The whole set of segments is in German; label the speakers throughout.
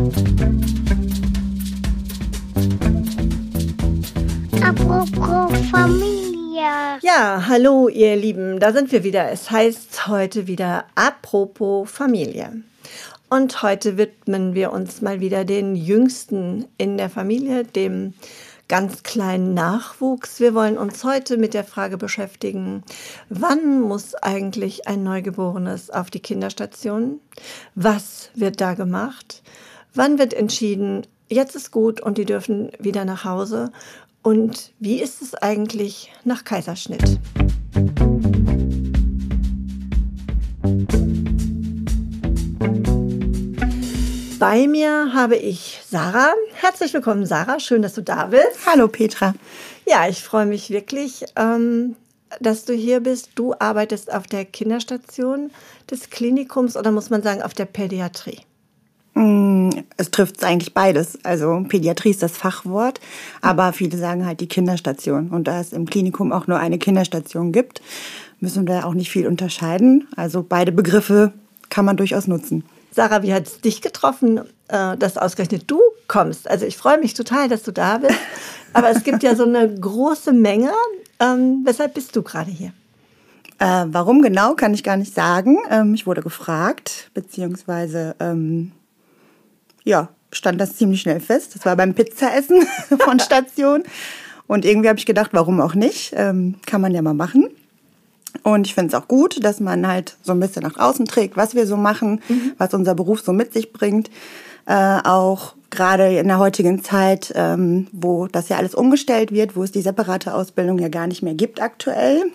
Speaker 1: Apropos Familie.
Speaker 2: Ja, hallo ihr Lieben, da sind wir wieder. Es heißt heute wieder Apropos Familie. Und heute widmen wir uns mal wieder den Jüngsten in der Familie, dem ganz kleinen Nachwuchs. Wir wollen uns heute mit der Frage beschäftigen, wann muss eigentlich ein Neugeborenes auf die Kinderstation? Was wird da gemacht? Wann wird entschieden, jetzt ist gut und die dürfen wieder nach Hause? Und wie ist es eigentlich nach Kaiserschnitt? Bei mir habe ich Sarah. Herzlich willkommen, Sarah. Schön, dass du da bist.
Speaker 3: Hallo, Petra.
Speaker 2: Ja, ich freue mich wirklich, dass du hier bist. Du arbeitest auf der Kinderstation des Klinikums oder muss man sagen auf der Pädiatrie?
Speaker 3: Es trifft eigentlich beides. Also Pädiatrie ist das Fachwort, aber viele sagen halt die Kinderstation. Und da es im Klinikum auch nur eine Kinderstation gibt, müssen wir auch nicht viel unterscheiden. Also beide Begriffe kann man durchaus nutzen.
Speaker 2: Sarah, wie hat es dich getroffen, dass ausgerechnet du kommst? Also ich freue mich total, dass du da bist. Aber es gibt ja so eine große Menge. Weshalb bist du gerade hier?
Speaker 3: Warum genau, kann ich gar nicht sagen. Ich wurde gefragt, beziehungsweise stand das ziemlich schnell fest. Das war beim Pizzaessen von Station. Und irgendwie habe ich gedacht, warum auch nicht? Kann man ja mal machen. Und ich finde es auch gut, dass man halt so ein bisschen nach außen trägt, was wir so machen, was unser Beruf so mit sich bringt. Auch gerade in der heutigen Zeit, wo das ja alles umgestellt wird, wo es die separate Ausbildung ja gar nicht mehr gibt aktuell.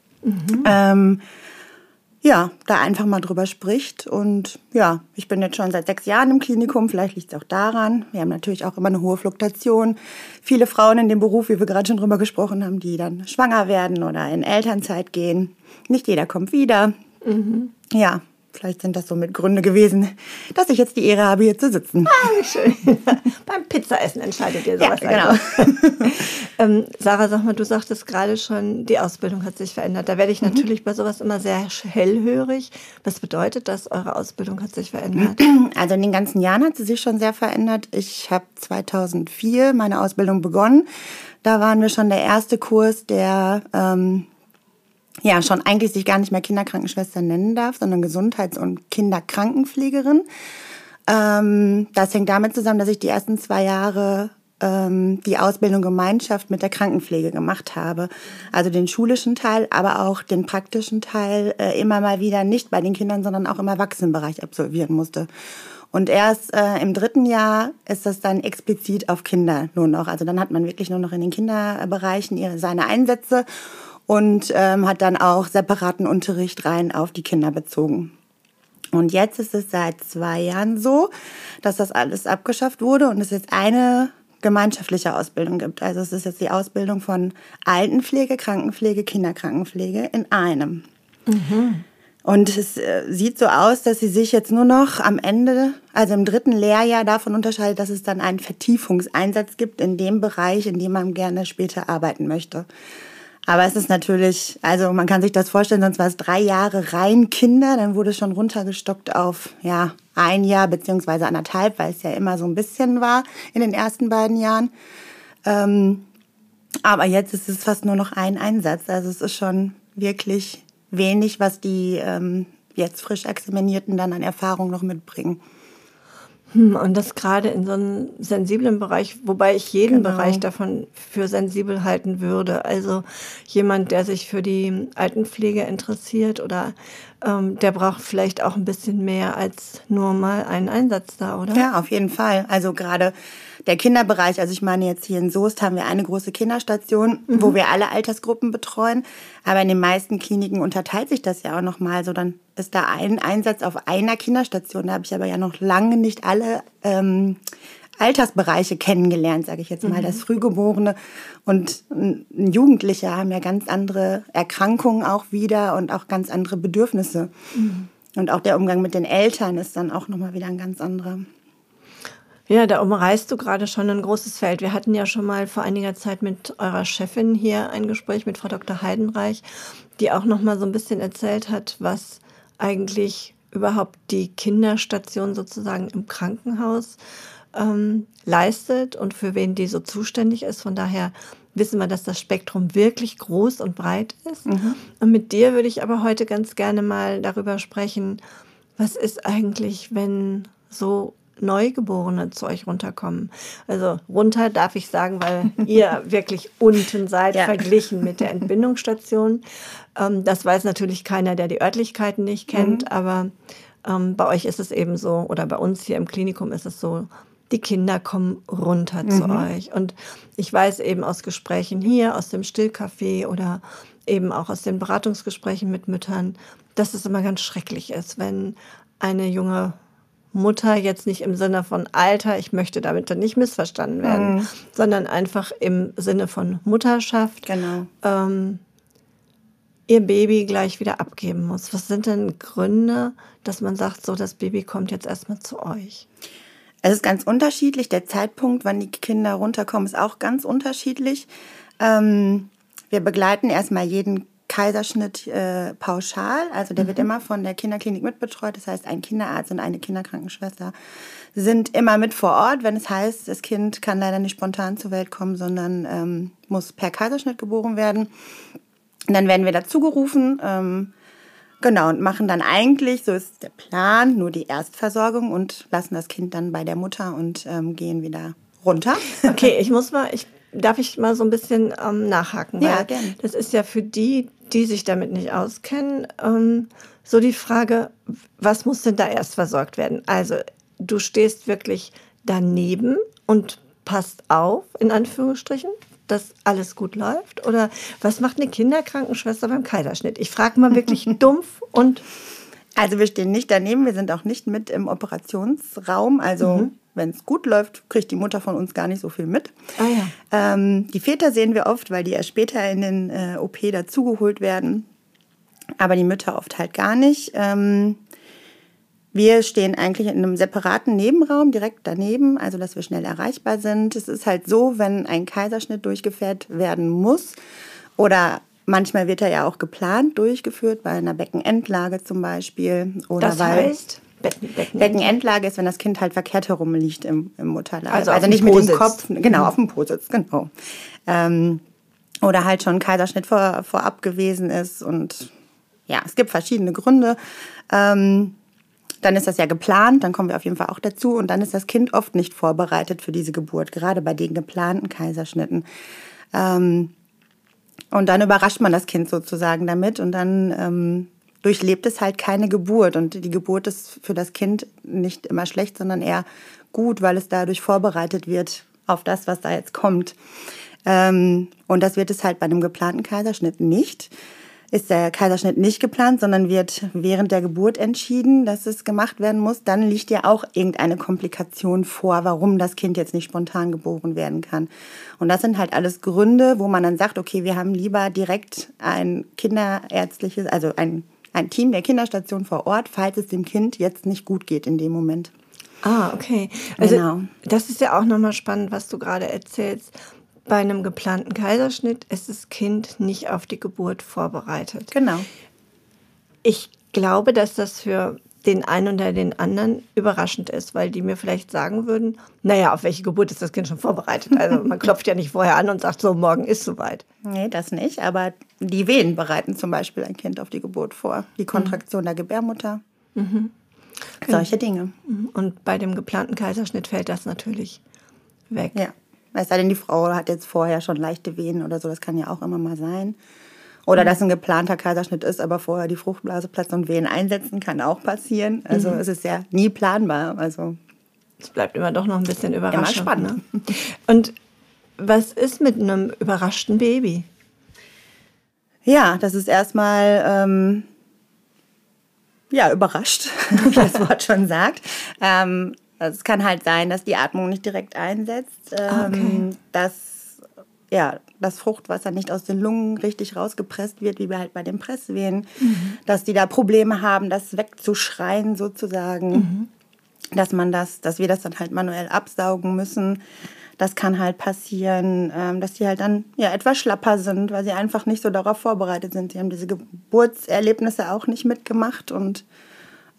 Speaker 3: Da einfach mal drüber spricht. Und ja, ich bin jetzt schon seit 6 Jahren im Klinikum. Vielleicht liegt es auch daran. Wir haben natürlich auch immer eine hohe Fluktuation. Viele Frauen in dem Beruf, wie wir gerade schon drüber gesprochen haben, die dann schwanger werden oder in Elternzeit gehen. Nicht jeder kommt wieder. Ja, vielleicht sind das so mit Gründe gewesen, dass ich jetzt die Ehre habe, hier zu sitzen.
Speaker 2: Wie schön. Beim Pizzaessen entscheidet ihr sowas.
Speaker 3: Ja, genau.
Speaker 2: Sarah, sag mal, du sagtest gerade schon, die Ausbildung hat sich verändert. Da werde ich natürlich bei sowas immer sehr hellhörig. Was bedeutet das, eure Ausbildung hat sich verändert?
Speaker 3: Also in den ganzen Jahren hat sie sich schon sehr verändert. Ich habe 2004 meine Ausbildung begonnen. Da waren wir schon der erste Kurs, der schon eigentlich sich gar nicht mehr Kinderkrankenschwester nennen darf, sondern Gesundheits- und Kinderkrankenpflegerin. Das hängt damit zusammen, dass ich die ersten 2 Jahre die Ausbildung Gemeinschaft mit der Krankenpflege gemacht habe. Also den schulischen Teil, aber auch den praktischen Teil immer mal wieder nicht bei den Kindern, sondern auch im Erwachsenenbereich absolvieren musste. Und erst im 3. Jahr ist das dann explizit auf Kinder nur noch. Also dann hat man wirklich nur noch in den Kinderbereichen seine Einsätze und hat dann auch separaten Unterricht rein auf die Kinder bezogen. Und jetzt ist es seit 2 Jahren so, dass das alles abgeschafft wurde und es jetzt eine gemeinschaftliche Ausbildung gibt. Also es ist jetzt die Ausbildung von Altenpflege, Krankenpflege, Kinderkrankenpflege in einem. Und es sieht so aus, dass sie sich jetzt nur noch am Ende, also im 3. Lehrjahr, davon unterscheidet, dass es dann einen Vertiefungseinsatz gibt in dem Bereich, in dem man gerne später arbeiten möchte. Aber es ist natürlich, also man kann sich das vorstellen, sonst war es 3 Jahre rein Kinder, dann wurde es schon runtergestockt auf 1 Jahr beziehungsweise 1,5, weil es ja immer so ein bisschen war in den ersten beiden Jahren. Aber jetzt ist es fast nur noch ein Einsatz. Also es ist schon wirklich wenig, was die jetzt frisch Examinierten dann an Erfahrung noch mitbringen.
Speaker 2: Und das gerade in so einem sensiblen Bereich, wobei ich jeden Bereich davon für sensibel halten würde. Also jemand, der sich für die Altenpflege interessiert oder der braucht vielleicht auch ein bisschen mehr als nur mal einen Einsatz da, oder?
Speaker 3: Ja, auf jeden Fall. Also gerade der Kinderbereich, also ich meine jetzt hier in Soest haben wir eine große Kinderstation, wo wir alle Altersgruppen betreuen. Aber in den meisten Kliniken unterteilt sich das ja auch nochmal. So, dann ist da ein Einsatz auf einer Kinderstation. Da habe ich aber ja noch lange nicht alle Altersbereiche kennengelernt, sage ich jetzt mal. Das Frühgeborene und Jugendliche haben ja ganz andere Erkrankungen auch wieder und auch ganz andere Bedürfnisse. Und auch der Umgang mit den Eltern ist dann auch nochmal wieder ein ganz anderer.
Speaker 2: Ja, da umreißt du gerade schon ein großes Feld. Wir hatten ja schon mal vor einiger Zeit mit eurer Chefin hier ein Gespräch mit Frau Dr. Heidenreich, die auch noch mal so ein bisschen erzählt hat, was eigentlich überhaupt die Kinderstation sozusagen im Krankenhaus leistet und für wen die so zuständig ist. Von daher wissen wir, dass das Spektrum wirklich groß und breit ist. Und mit dir würde ich aber heute ganz gerne mal darüber sprechen, was ist eigentlich, wenn so Neugeborene zu euch runterkommen? Also runter darf ich sagen, weil ihr wirklich unten seid, verglichen mit der Entbindungsstation. Das weiß natürlich keiner, der die Örtlichkeiten nicht kennt, aber bei euch ist es eben so, oder bei uns hier im Klinikum ist es so, die Kinder kommen runter zu euch. Und ich weiß eben aus Gesprächen hier, aus dem Stillcafé oder eben auch aus den Beratungsgesprächen mit Müttern, dass es immer ganz schrecklich ist, wenn eine junge Mutter jetzt nicht im Sinne von Alter, ich möchte damit dann nicht missverstanden werden, sondern einfach im Sinne von Mutterschaft ihr Baby gleich wieder abgeben muss. Was sind denn Gründe, dass man sagt, so das Baby kommt jetzt erstmal zu euch?
Speaker 3: Es ist ganz unterschiedlich. Der Zeitpunkt, wann die Kinder runterkommen, ist auch ganz unterschiedlich. Wir begleiten erstmal jeden Kaiserschnitt pauschal. Also der wird immer von der Kinderklinik mitbetreut. Das heißt, ein Kinderarzt und eine Kinderkrankenschwester sind immer mit vor Ort, wenn es heißt, das Kind kann leider nicht spontan zur Welt kommen, sondern muss per Kaiserschnitt geboren werden. Und dann werden wir dazu gerufen. Genau, und machen dann eigentlich, so ist der Plan, nur die Erstversorgung und lassen das Kind dann bei der Mutter und gehen wieder runter.
Speaker 2: Okay, darf ich mal so ein bisschen nachhaken?
Speaker 3: Ja, gerne.
Speaker 2: Das ist ja für die, die sich damit nicht auskennen, so die Frage, was muss denn da erst versorgt werden? Also du stehst wirklich daneben und passt auf, in Anführungsstrichen, dass alles gut läuft? Oder was macht eine Kinderkrankenschwester beim Kaiserschnitt? Ich frage mal wirklich dumpf und...
Speaker 3: Also wir stehen nicht daneben, wir sind auch nicht mit im Operationsraum. Also wenn es gut läuft, kriegt die Mutter von uns gar nicht so viel mit. Die Väter sehen wir oft, weil die erst später in den OP dazugeholt werden. Aber die Mütter oft halt gar nicht. Wir stehen eigentlich in einem separaten Nebenraum, direkt daneben, also dass wir schnell erreichbar sind. Es ist halt so, wenn ein Kaiserschnitt durchgeführt werden muss oder manchmal wird er ja auch geplant durchgeführt, bei einer Beckenendlage zum Beispiel. Oder
Speaker 2: das heißt?
Speaker 3: Beckenendlage ist, wenn das Kind halt verkehrt herum liegt im Mutterleib.
Speaker 2: Also
Speaker 3: nicht mit dem Kopf, genau, auf dem Po sitzt, genau. Oder halt schon ein Kaiserschnitt vorab gewesen ist. Und ja, es gibt verschiedene Gründe. Dann ist das ja geplant, dann kommen wir auf jeden Fall auch dazu. Und dann ist das Kind oft nicht vorbereitet für diese Geburt, gerade bei den geplanten Kaiserschnitten. Und dann überrascht man das Kind sozusagen damit und dann durchlebt es halt keine Geburt. Und die Geburt ist für das Kind nicht immer schlecht, sondern eher gut, weil es dadurch vorbereitet wird auf das, was da jetzt kommt. Und das wird es halt bei einem geplanten Kaiserschnitt nicht. Ist der Kaiserschnitt nicht geplant, sondern wird während der Geburt entschieden, dass es gemacht werden muss, dann liegt ja auch irgendeine Komplikation vor, warum das Kind jetzt nicht spontan geboren werden kann. Und das sind halt alles Gründe, wo man dann sagt, okay, wir haben lieber direkt ein kinderärztliches, also ein Team der Kinderstation vor Ort, falls es dem Kind jetzt nicht gut geht in dem Moment.
Speaker 2: Ah, okay. Also
Speaker 3: Genau.
Speaker 2: Das ist ja auch nochmal spannend, was du gerade erzählst. Bei einem geplanten Kaiserschnitt ist das Kind nicht auf die Geburt vorbereitet.
Speaker 3: Genau.
Speaker 2: Ich glaube, dass das für den einen oder den anderen überraschend ist, weil die mir vielleicht sagen würden, naja, auf welche Geburt ist das Kind schon vorbereitet? Also man klopft ja nicht vorher an und sagt so, morgen ist soweit.
Speaker 3: Nee, das nicht, aber die Wehen bereiten zum Beispiel ein Kind auf die Geburt vor. Die Kontraktion der Gebärmutter, solche Dinge.
Speaker 2: Und bei dem geplanten Kaiserschnitt fällt das natürlich weg.
Speaker 3: Ja. Es sei denn, die Frau hat jetzt vorher schon leichte Wehen oder so, das kann ja auch immer mal sein. Oder dass ein geplanter Kaiserschnitt ist, aber vorher die Fruchtblase platzt und Wehen einsetzen, kann auch passieren. Also es ist ja nie planbar. Also
Speaker 2: es bleibt immer doch noch ein bisschen überraschend.
Speaker 3: Immer spannend.
Speaker 2: Ne? Und was ist mit einem überraschten Baby?
Speaker 3: Ja, das ist erstmal überrascht, wie das Wort schon sagt. Es kann halt sein, dass die Atmung nicht direkt einsetzt, dass das Fruchtwasser nicht aus den Lungen richtig rausgepresst wird, wie halt bei den Presswehen, dass die da Probleme haben, das wegzuschreien sozusagen, dass wir das dann halt manuell absaugen müssen. Das kann halt passieren, dass die halt dann etwas schlapper sind, weil sie einfach nicht so darauf vorbereitet sind. Sie haben diese Geburtserlebnisse auch nicht mitgemacht und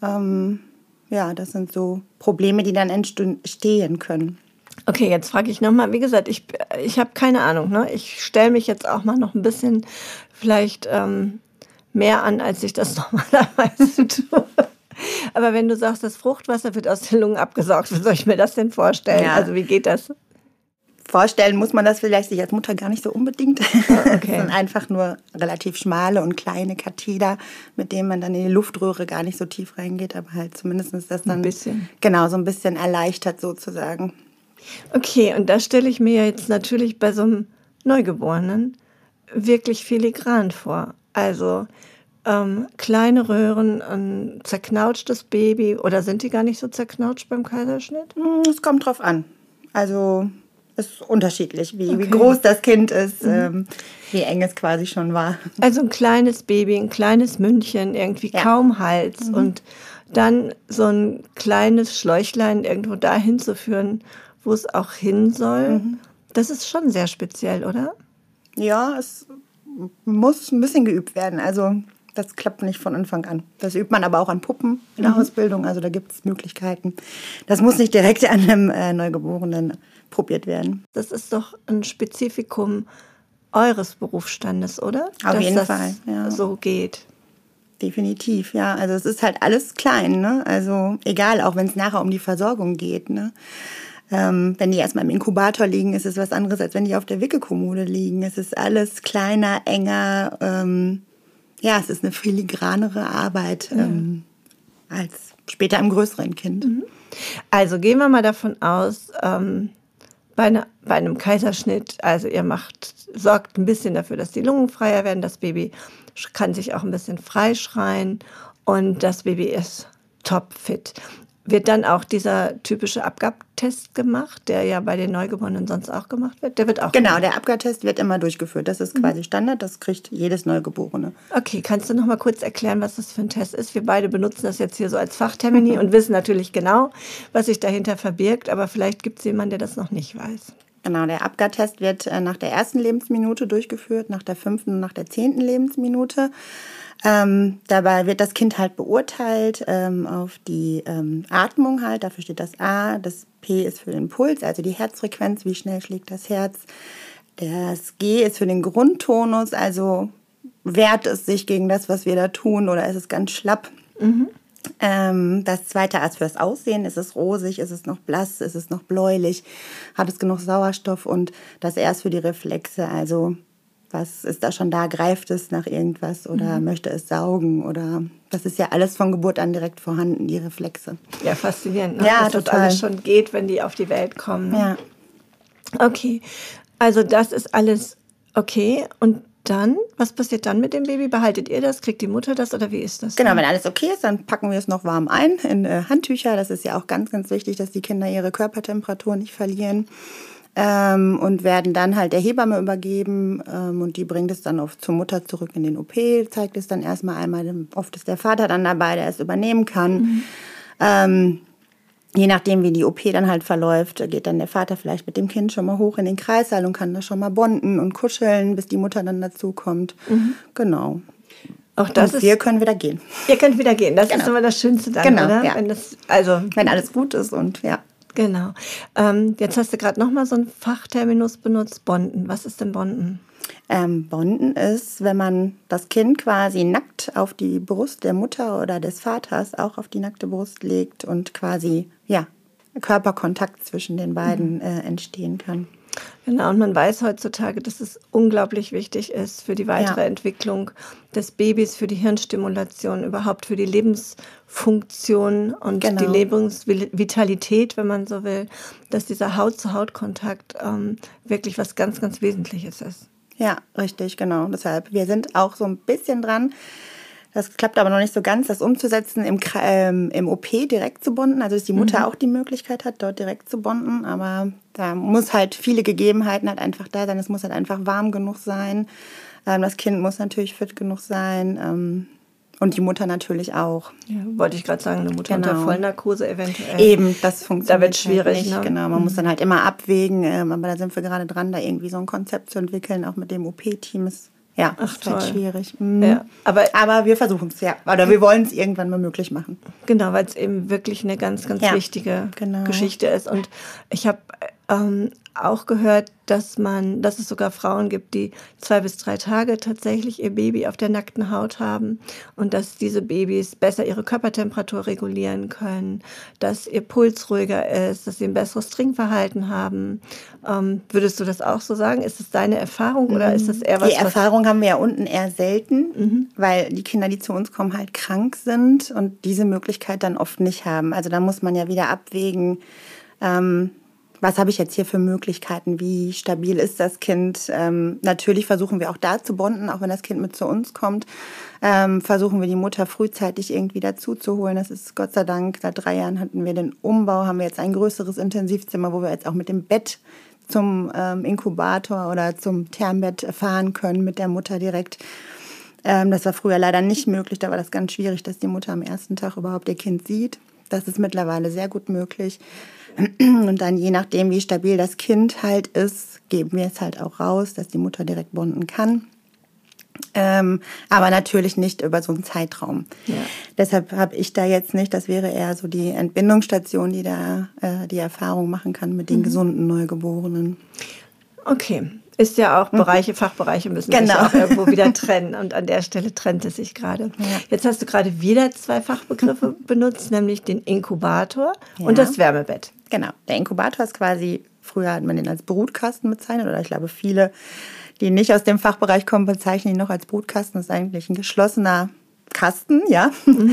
Speaker 3: Das sind so Probleme, die dann entstehen können.
Speaker 2: Okay, jetzt frage ich nochmal, wie gesagt, ich habe keine Ahnung, ne? Ich stelle mich jetzt auch mal noch ein bisschen vielleicht mehr an, als ich das normalerweise tue. Aber wenn du sagst, das Fruchtwasser wird aus den Lungen abgesaugt, wie soll ich mir das denn vorstellen?
Speaker 3: Ja.
Speaker 2: Also wie geht das?
Speaker 3: Vorstellen muss man das vielleicht sich als Mutter gar nicht so unbedingt.
Speaker 2: Okay.
Speaker 3: Das sind einfach nur relativ schmale und kleine Katheter, mit denen man dann in die Luftröhre gar nicht so tief reingeht, aber halt zumindest das dann
Speaker 2: ein bisschen.
Speaker 3: Genau, so ein bisschen erleichtert sozusagen.
Speaker 2: Okay, und das stelle ich mir ja jetzt natürlich bei so einem Neugeborenen wirklich filigran vor. Also kleine Röhren, ein zerknautschtes Baby, oder sind die gar nicht so zerknautscht beim Kaiserschnitt?
Speaker 3: Es kommt drauf an. Also es ist unterschiedlich, wie groß das Kind ist, wie eng es quasi schon war.
Speaker 2: Also ein kleines Baby, ein kleines Mündchen, irgendwie kaum Hals und dann so ein kleines Schläuchlein irgendwo dahin zu führen, wo es auch hin soll. Das ist schon sehr speziell, oder?
Speaker 3: Ja, es muss ein bisschen geübt werden. Also das klappt nicht von Anfang an. Das übt man aber auch an Puppen in der Ausbildung. Also da gibt es Möglichkeiten. Das muss nicht direkt an einem Neugeborenen probiert werden.
Speaker 2: Das ist doch ein Spezifikum eures Berufsstandes, oder?
Speaker 3: Auf jeden Fall, ja.
Speaker 2: So geht.
Speaker 3: Definitiv, ja. Also es ist halt alles klein, ne? Also egal, auch wenn es nachher um die Versorgung geht, ne? Wenn die erstmal im Inkubator liegen, ist es was anderes, als wenn die auf der Wickelkommode liegen. Es ist alles kleiner, enger. Es ist eine filigranere Arbeit als später im größeren Kind.
Speaker 2: Also gehen wir mal davon aus, bei einem Kaiserschnitt, also ihr sorgt ein bisschen dafür, dass die Lungen freier werden, das Baby kann sich auch ein bisschen freischreien und das Baby ist topfit. Wird dann auch dieser typische Abgabtest gemacht, der ja bei den Neugeborenen sonst auch gemacht wird? Der wird auch
Speaker 3: Genau,
Speaker 2: gemacht.
Speaker 3: der Abgabtest wird immer durchgeführt. Das ist quasi Standard, das kriegt jedes Neugeborene.
Speaker 2: Okay, kannst du noch mal kurz erklären, was das für ein Test ist? Wir beide benutzen das jetzt hier so als Fachtermini und wissen natürlich genau, was sich dahinter verbirgt, aber vielleicht gibt es jemanden, der das noch nicht weiß.
Speaker 3: Genau, der Abgabtest wird nach der ersten Lebensminute durchgeführt, nach der 5. und nach der 10. Lebensminute. Dabei wird das Kind halt beurteilt auf die Atmung halt, dafür steht das A, das P ist für den Puls, also die Herzfrequenz, wie schnell schlägt das Herz. Das G ist für den Grundtonus, also wehrt es sich gegen das, was wir da tun, oder ist es ganz schlapp. Das zweite A ist für das Aussehen, ist es rosig, ist es noch blass, ist es noch bläulich, hat es genug Sauerstoff, und das R ist für die Reflexe, also was ist da schon da, greift es nach irgendwas oder möchte es saugen, oder das ist ja alles von Geburt an direkt vorhanden, die Reflexe.
Speaker 2: Ja, faszinierend, ne?
Speaker 3: Ja,
Speaker 2: dass
Speaker 3: total.
Speaker 2: das alles schon geht, wenn die auf die Welt kommen.
Speaker 3: Ja.
Speaker 2: Okay, also das ist alles okay. Und dann, was passiert dann mit dem Baby? Behaltet ihr das? Kriegt die Mutter das oder wie ist das?
Speaker 3: Genau, wenn alles okay ist, dann packen wir es noch warm ein in Handtücher. Das ist ja auch ganz, ganz wichtig, dass die Kinder ihre Körpertemperatur nicht verlieren. Und werden dann halt der Hebamme übergeben und die bringt es dann zur Mutter zurück in den OP, zeigt es dann erstmal einmal, oft ist der Vater dann dabei, der es übernehmen kann. Je nachdem, wie die OP dann halt verläuft, geht dann der Vater vielleicht mit dem Kind schon mal hoch in den Kreissaal und kann da schon mal bonden und kuscheln, bis die Mutter dann dazu kommt. Genau.
Speaker 2: Auch das
Speaker 3: und wir können wieder gehen.
Speaker 2: Ihr könnt wieder gehen, das
Speaker 3: Genau.
Speaker 2: ist immer das Schönste dann,
Speaker 3: Genau,
Speaker 2: oder?
Speaker 3: ja. Wenn alles gut ist und ja.
Speaker 2: Genau. Jetzt hast du gerade noch mal so einen Fachterminus benutzt, Bonden. Was ist denn Bonden?
Speaker 3: Bonden ist, wenn man das Kind quasi nackt auf die Brust der Mutter oder des Vaters auch auf die nackte Brust legt und quasi Körperkontakt zwischen den beiden entstehen kann.
Speaker 2: Genau, und man weiß heutzutage, dass es unglaublich wichtig ist für die weitere Entwicklung des Babys, für die Hirnstimulation, überhaupt für die Lebensfunktion und die Lebensvitalität, wenn man so will, dass dieser Haut-zu-Haut-Kontakt wirklich was ganz, ganz Wesentliches ist.
Speaker 3: Ja, richtig, genau. Deshalb, wir sind auch so ein bisschen dran. Das klappt aber noch nicht so ganz, das umzusetzen, im OP direkt zu bonden. Also dass die Mutter auch die Möglichkeit hat, dort direkt zu bonden. Aber da muss halt viele Gegebenheiten halt einfach da sein. Es muss halt einfach warm genug sein. Das Kind muss natürlich fit genug sein. Und die Mutter natürlich auch.
Speaker 2: Ja, wollte ich gerade sagen, eine Mutter unter Vollnarkose eventuell.
Speaker 3: Eben, das funktioniert.
Speaker 2: Da wird schwierig,
Speaker 3: halt nicht.
Speaker 2: Ne?
Speaker 3: Genau, man muss dann halt immer abwägen. Aber da sind wir gerade dran, da irgendwie so ein Konzept zu entwickeln, auch mit dem OP-Team. Es Ja,
Speaker 2: Ach,
Speaker 3: ist halt
Speaker 2: toll.
Speaker 3: schwierig.
Speaker 2: Ja,
Speaker 3: aber wir versuchen es, ja. Oder wir wollen es irgendwann mal möglich machen.
Speaker 2: Genau, weil es eben wirklich eine ganz, ganz
Speaker 3: Ja,
Speaker 2: wichtige
Speaker 3: genau.
Speaker 2: Geschichte ist. Und ich habe auch gehört, dass es sogar Frauen gibt, die 2 bis 3 Tage tatsächlich ihr Baby auf der nackten Haut haben und dass diese Babys besser ihre Körpertemperatur regulieren können, dass ihr Puls ruhiger ist, dass sie ein besseres Trinkverhalten haben. Würdest du das auch so sagen? Ist es deine Erfahrung oder ist das eher was?
Speaker 3: Die Erfahrung haben wir ja unten eher selten, weil die Kinder, die zu uns kommen, halt krank sind und diese Möglichkeit dann oft nicht haben. Also da muss man ja wieder abwägen, was habe ich jetzt hier für Möglichkeiten, wie stabil ist das Kind. Natürlich versuchen wir auch da zu bonden, auch wenn das Kind mit zu uns kommt. Versuchen wir die Mutter frühzeitig irgendwie dazu zu holen. Das ist Gott sei Dank, seit 3 Jahren hatten wir den Umbau, haben wir jetzt ein größeres Intensivzimmer, wo wir jetzt auch mit dem Bett zum Inkubator oder zum Thermbett fahren können mit der Mutter direkt. Das war früher leider nicht möglich, da war das ganz schwierig, dass die Mutter am ersten Tag überhaupt ihr Kind sieht. Das ist mittlerweile sehr gut möglich. Und dann je nachdem, wie stabil das Kind halt ist, geben wir es halt auch raus, dass die Mutter direkt bonden kann. Aber natürlich nicht über so einen Zeitraum. Ja. Deshalb habe ich da jetzt nicht, das wäre eher so die Entbindungsstation, die da die Erfahrung machen kann mit den gesunden Neugeborenen.
Speaker 2: Okay. Ist ja auch Fachbereiche müssen sich auch irgendwo wieder trennen. Und an der Stelle trennt es sich gerade. Ja. Jetzt hast du gerade wieder 2 Fachbegriffe benutzt, nämlich den Inkubator und das Wärmebett.
Speaker 3: Genau. Der Inkubator ist quasi, früher hat man den als Brutkasten bezeichnet. Oder ich glaube, viele, die nicht aus dem Fachbereich kommen, bezeichnen ihn noch als Brutkasten. Das ist eigentlich ein geschlossener Kasten, ja,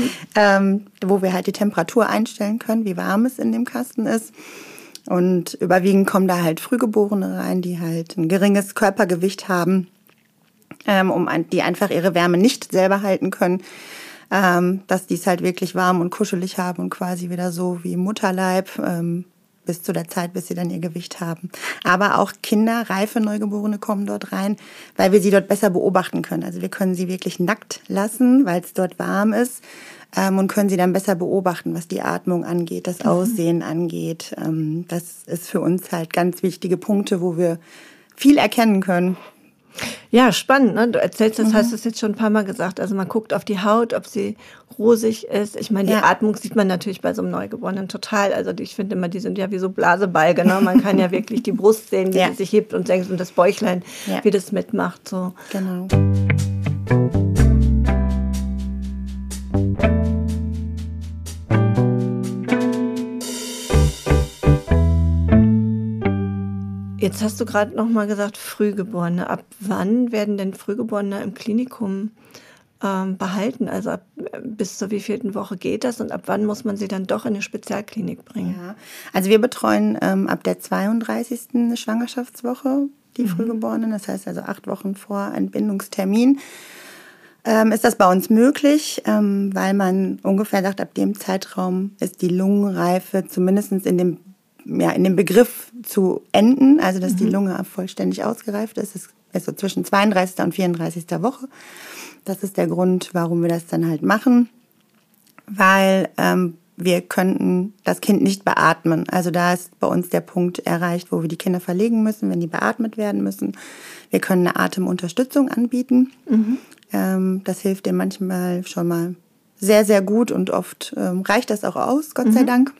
Speaker 3: wo wir halt die Temperatur einstellen können, wie warm es in dem Kasten ist. Und überwiegend kommen da halt Frühgeborene rein, die halt ein geringes Körpergewicht haben, die einfach ihre Wärme nicht selber halten können, dass die es halt wirklich warm und kuschelig haben und quasi wieder so wie im Mutterleib bis zu der Zeit, bis sie dann ihr Gewicht haben. Aber auch Kinder, reife Neugeborene kommen dort rein, weil wir sie dort besser beobachten können. Also wir können sie wirklich nackt lassen, weil es dort warm ist. Und können sie dann besser beobachten, was die Atmung angeht, das Aussehen angeht. Das ist für uns halt ganz wichtige Punkte, wo wir viel erkennen können.
Speaker 2: Ja, spannend, ne? Du erzählst, das hast du jetzt schon ein paar Mal gesagt. Also man guckt auf die Haut, ob sie rosig ist. Ich meine, die Atmung sieht man natürlich bei so einem Neugeborenen total. Also ich finde immer, die sind ja wie so Blasebalge. Ne? Man kann ja wirklich die Brust sehen, wie sie sich hebt und senkt und das Bäuchlein, wie das mitmacht. So.
Speaker 3: Genau.
Speaker 2: Jetzt hast du gerade noch mal gesagt, Frühgeborene. Ab wann werden denn Frühgeborene im Klinikum behalten? Also bis zur wievielten Woche geht das und ab wann muss man sie dann doch in eine Spezialklinik bringen?
Speaker 3: Ja, also wir betreuen ab der 32. Schwangerschaftswoche die Frühgeborenen. Das heißt also 8 Wochen vor Entbindungstermin. Ist das bei uns möglich, weil man ungefähr sagt, ab dem Zeitraum ist die Lungenreife zumindest in dem Begriff zu enden, also dass die Lunge vollständig ausgereift ist. Es ist so zwischen 32. und 34. Woche. Das ist der Grund, warum wir das dann halt machen, weil wir könnten das Kind nicht beatmen. Also da ist bei uns der Punkt erreicht, wo wir die Kinder verlegen müssen, wenn die beatmet werden müssen. Wir können eine Atemunterstützung anbieten. Das hilft dem manchmal schon mal sehr, sehr gut und oft reicht das auch aus, Gott sei Dank.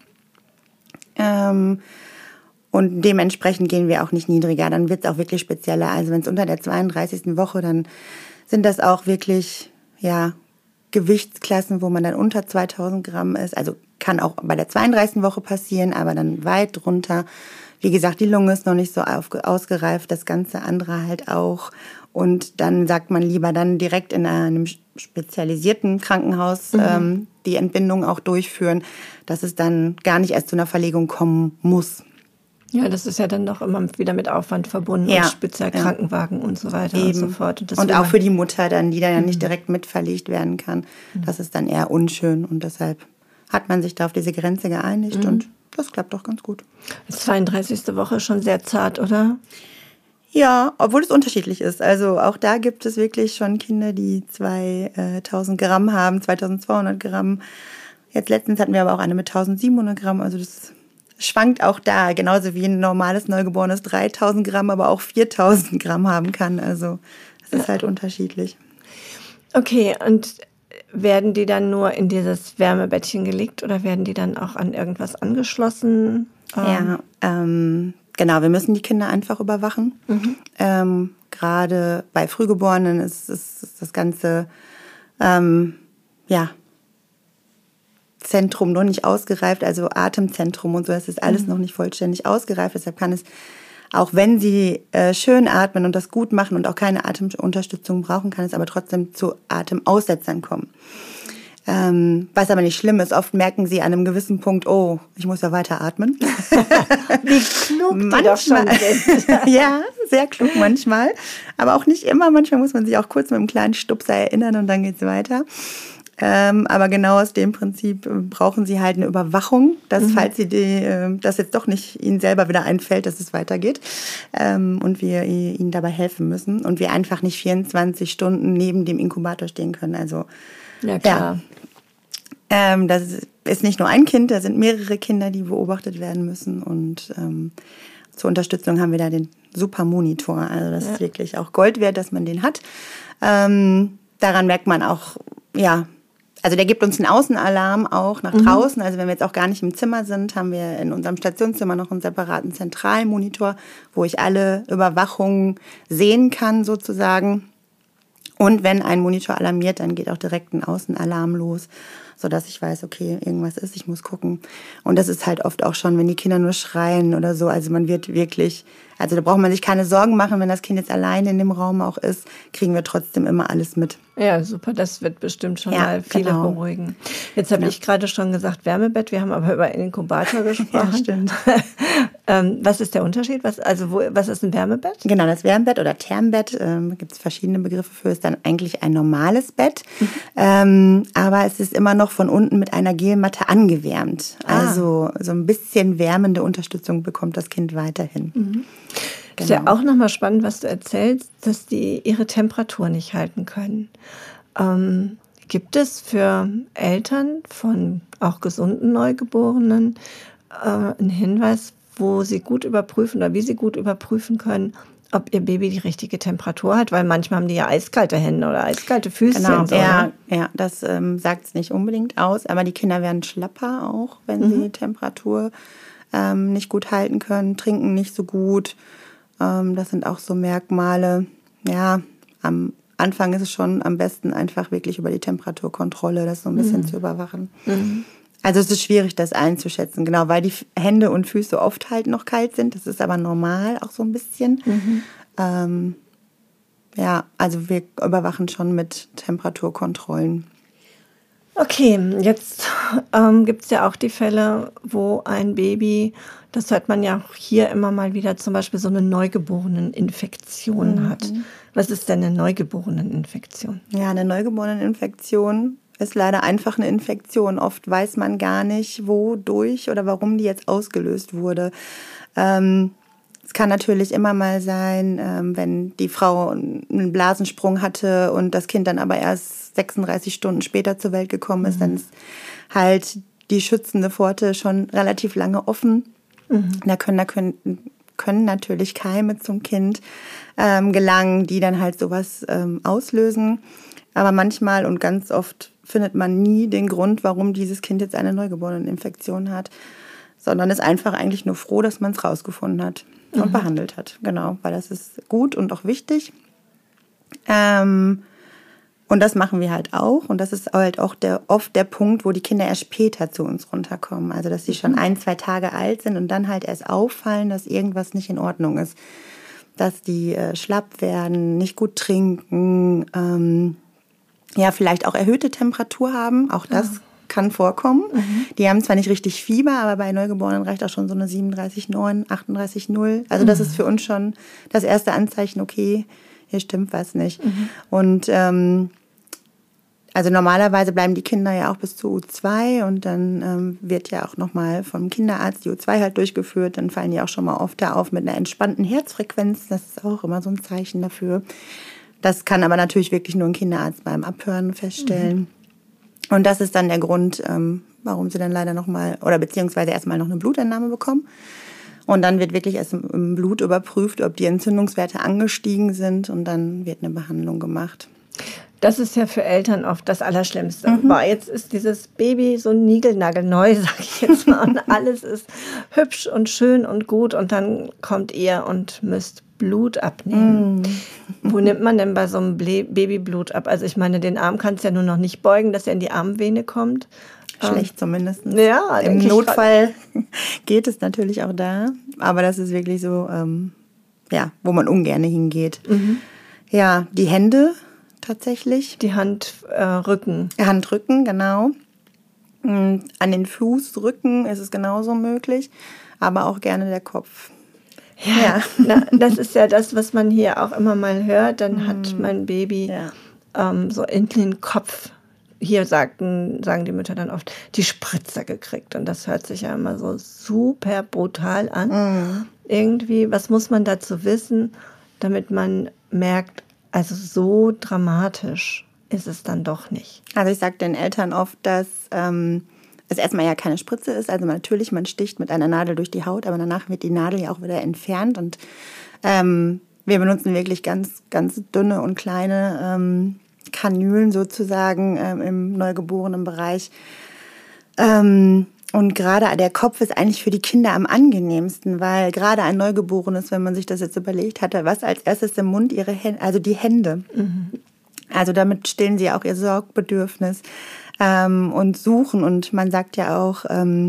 Speaker 3: Und dementsprechend gehen wir auch nicht niedriger, dann wird es auch wirklich spezieller. Also wenn es unter der 32. Woche, dann sind das auch wirklich Gewichtsklassen, wo man dann unter 2000 Gramm ist. Also kann auch bei der 32. Woche passieren, aber dann weit drunter. Wie gesagt, die Lunge ist noch nicht so ausgereift, das ganze andere halt auch. Und dann sagt man lieber dann direkt in einem spezialisierten Krankenhaus die Entbindung auch durchführen, dass es dann gar nicht erst zu einer Verlegung kommen muss.
Speaker 2: Ja, das ist ja dann doch immer wieder mit Aufwand verbunden und Spezialkrankenwagen und so weiter und so fort.
Speaker 3: Und auch für die Mutter dann, die da ja nicht direkt mit verlegt werden kann. Das ist dann eher unschön und deshalb hat man sich da auf diese Grenze geeinigt und das klappt doch ganz gut.
Speaker 2: Die 32. Woche ist schon sehr zart, oder?
Speaker 3: Ja, obwohl es unterschiedlich ist. Also auch da gibt es wirklich schon Kinder, die 2000 Gramm haben, 2200 Gramm. Jetzt letztens hatten wir aber auch eine mit 1700 Gramm. Also das schwankt auch da, genauso wie ein normales Neugeborenes 3000 Gramm, aber auch 4000 Gramm haben kann. Also ist halt unterschiedlich.
Speaker 2: Okay, und werden die dann nur in dieses Wärmebettchen gelegt oder werden die dann auch an irgendwas angeschlossen?
Speaker 3: Ja, genau, wir müssen die Kinder einfach überwachen. Gerade bei Frühgeborenen ist das ganze Zentrum noch nicht ausgereift, also Atemzentrum und so, das ist alles noch nicht vollständig ausgereift. Deshalb kann es, auch wenn sie schön atmen und das gut machen und auch keine Atemunterstützung brauchen, kann es aber trotzdem zu Atemaussetzern kommen. Was aber nicht schlimm ist. Oft merken sie an einem gewissen Punkt, oh, ich muss ja weiter atmen.
Speaker 2: Wie klug die doch schon sind.
Speaker 3: Ja, sehr klug manchmal. Aber auch nicht immer. Manchmal muss man sich auch kurz mit einem kleinen Stupser erinnern und dann geht's weiter. Aber genau aus dem Prinzip brauchen sie halt eine Überwachung, dass falls sie das jetzt doch nicht ihnen selber wieder einfällt, dass es weitergeht und wir ihnen dabei helfen müssen und wir einfach nicht 24 Stunden neben dem Inkubator stehen können. Also
Speaker 2: ja, klar.
Speaker 3: Ja, das ist nicht nur ein Kind, da sind mehrere Kinder, die beobachtet werden müssen und zur Unterstützung haben wir da den Super-Monitor. Also das ist wirklich auch Gold wert, dass man den hat. Daran merkt man auch, ja, also der gibt uns einen Außenalarm auch nach draußen. Also wenn wir jetzt auch gar nicht im Zimmer sind, haben wir in unserem Stationszimmer noch einen separaten Zentralmonitor, wo ich alle Überwachungen sehen kann sozusagen. Und wenn ein Monitor alarmiert, dann geht auch direkt ein Außenalarm los, sodass ich weiß, okay, irgendwas ist, ich muss gucken. Und das ist halt oft auch schon, wenn die Kinder nur schreien oder so. Also man wird wirklich, also da braucht man sich keine Sorgen machen, wenn das Kind jetzt alleine in dem Raum auch ist, kriegen wir trotzdem immer alles mit.
Speaker 2: Ja, super, das wird bestimmt schon mal viele beruhigen. Jetzt habe ich gerade schon gesagt Wärmebett, wir haben aber über Inkubator gesprochen.
Speaker 3: Ja, stimmt.
Speaker 2: Was ist der Unterschied? Was ist ein Wärmebett?
Speaker 3: Genau, das Wärmebett oder Thermbett, gibt es verschiedene Begriffe für, ist dann eigentlich ein normales Bett. Aber es ist immer noch von unten mit einer Gelmatte angewärmt. Also so ein bisschen wärmende Unterstützung bekommt das Kind weiterhin.
Speaker 2: Genau. Ist ja auch nochmal spannend, was du erzählst, dass die ihre Temperatur nicht halten können. Gibt es für Eltern von auch gesunden Neugeborenen einen Hinweis, wo sie gut überprüfen oder wie sie gut überprüfen können, ob ihr Baby die richtige Temperatur hat? Weil manchmal haben die ja eiskalte Hände oder eiskalte Füße.
Speaker 3: Genau,
Speaker 2: so,
Speaker 3: ja, das sagt es nicht unbedingt aus. Aber die Kinder werden schlapper auch, wenn sie die Temperatur nicht gut halten können, trinken nicht so gut. Das sind auch so Merkmale. Ja, am Anfang ist es schon am besten einfach wirklich über die Temperaturkontrolle das so ein bisschen zu überwachen. Also es ist schwierig, das einzuschätzen, genau, weil die Hände und Füße oft halt noch kalt sind. Das ist aber normal auch so ein bisschen. Ja, also wir überwachen schon mit Temperaturkontrollen.
Speaker 2: Okay, jetzt gibt es ja auch die Fälle, wo ein Baby, das hört man ja auch hier immer mal wieder, zum Beispiel so eine Neugeboreneninfektion hat. Was ist denn eine Neugeboreneninfektion? Ja,
Speaker 3: eine Neugeboreneninfektion ist leider einfach eine Infektion. Oft weiß man gar nicht, wodurch oder warum die jetzt ausgelöst wurde. Es kann natürlich immer mal sein, wenn die Frau einen Blasensprung hatte und das Kind dann aber erst 36 Stunden später zur Welt gekommen ist, dann ist halt die schützende Pforte schon relativ lange offen. Da können natürlich Keime zum Kind gelangen, die dann halt sowas auslösen. Aber manchmal und ganz oft findet man nie den Grund, warum dieses Kind jetzt eine Neugeboreneninfektion hat, sondern ist einfach eigentlich nur froh, dass man es rausgefunden hat und behandelt hat. Genau, weil das ist gut und auch wichtig. Und das machen wir halt auch. Und das ist halt auch oft der Punkt, wo die Kinder erst später zu uns runterkommen. Also, dass sie schon 1-2 Tage alt sind und dann halt erst auffallen, dass irgendwas nicht in Ordnung ist. Dass die schlapp werden, nicht gut trinken, vielleicht auch erhöhte Temperatur haben. Auch das kann vorkommen. Die haben zwar nicht richtig Fieber, aber bei Neugeborenen reicht auch schon so eine 37,9, 38,0. Also das ist für uns schon das erste Anzeichen, okay, hier stimmt was nicht. Und also normalerweise bleiben die Kinder ja auch bis zur U2 und dann wird ja auch nochmal vom Kinderarzt die U2 halt durchgeführt. Dann fallen die auch schon mal oft da auf mit einer entspannten Herzfrequenz. Das ist auch immer so ein Zeichen dafür. Das kann aber natürlich wirklich nur ein Kinderarzt beim Abhören feststellen. Und das ist dann der Grund, warum sie dann leider nochmal oder beziehungsweise erstmal noch eine Blutentnahme bekommen. Und dann wird wirklich erst im Blut überprüft, ob die Entzündungswerte angestiegen sind und dann wird eine Behandlung gemacht.
Speaker 2: Das ist ja für Eltern oft das Allerschlimmste. Boah, jetzt ist dieses Baby so niegelnagelneu, sag ich jetzt mal. Und alles ist hübsch und schön und gut. Und dann kommt ihr und müsst Blut abnehmen. Wo nimmt man denn bei so einem Baby Blut ab? Also ich meine, den Arm kannst du ja nur noch nicht beugen, dass er in die Armvene kommt.
Speaker 3: Schlecht zumindest.
Speaker 2: Ja,
Speaker 3: im Notfall geht es natürlich auch da. Aber das ist wirklich so, wo man ungern hingeht. Ja, die Hände tatsächlich.
Speaker 2: Die Handrücken.
Speaker 3: Handrücken, genau. An den Fußrücken ist es genauso möglich, aber auch gerne der Kopf.
Speaker 2: Ja, das ist ja das, was man hier auch immer mal hört. Dann hat mein Baby so in den Kopf, hier sagen die Mütter dann oft, die Spritze gekriegt. Und das hört sich ja immer so super brutal an. Irgendwie, was muss man dazu wissen, damit man merkt, also so dramatisch ist es dann doch nicht.
Speaker 3: Also ich sage den Eltern oft, dass es erstmal ja keine Spritze ist. Also natürlich, man sticht mit einer Nadel durch die Haut, aber danach wird die Nadel ja auch wieder entfernt. Und wir benutzen wirklich ganz, ganz dünne und kleine Kanülen sozusagen im neugeborenen Bereich. Und gerade der Kopf ist eigentlich für die Kinder am angenehmsten, weil gerade ein Neugeborenes, wenn man sich das jetzt überlegt, hat er was als erstes im Mund? Ihre Hände, also die Hände. Also damit stillen sie auch ihr Sorgbedürfnis und suchen. Und man sagt ja auch,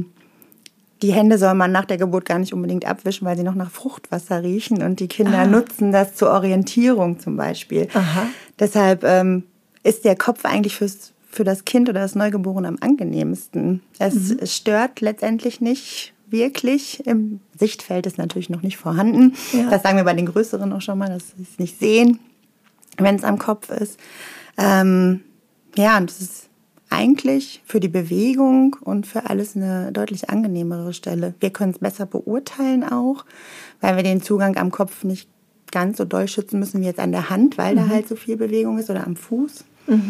Speaker 3: die Hände soll man nach der Geburt gar nicht unbedingt abwischen, weil sie noch nach Fruchtwasser riechen. Und die Kinder nutzen das zur Orientierung zum Beispiel. Deshalb ist der Kopf eigentlich für das Kind oder das Neugeborene am angenehmsten. Es stört letztendlich nicht wirklich. Im Sichtfeld ist natürlich noch nicht vorhanden. Ja. Das sagen wir bei den Größeren auch schon mal, dass sie es nicht sehen, wenn es am Kopf ist. Und das ist eigentlich für die Bewegung und für alles eine deutlich angenehmere Stelle. Wir können es besser beurteilen auch, weil wir den Zugang am Kopf nicht ganz so doll schützen müssen wie jetzt an der Hand, weil da halt so viel Bewegung ist oder am Fuß.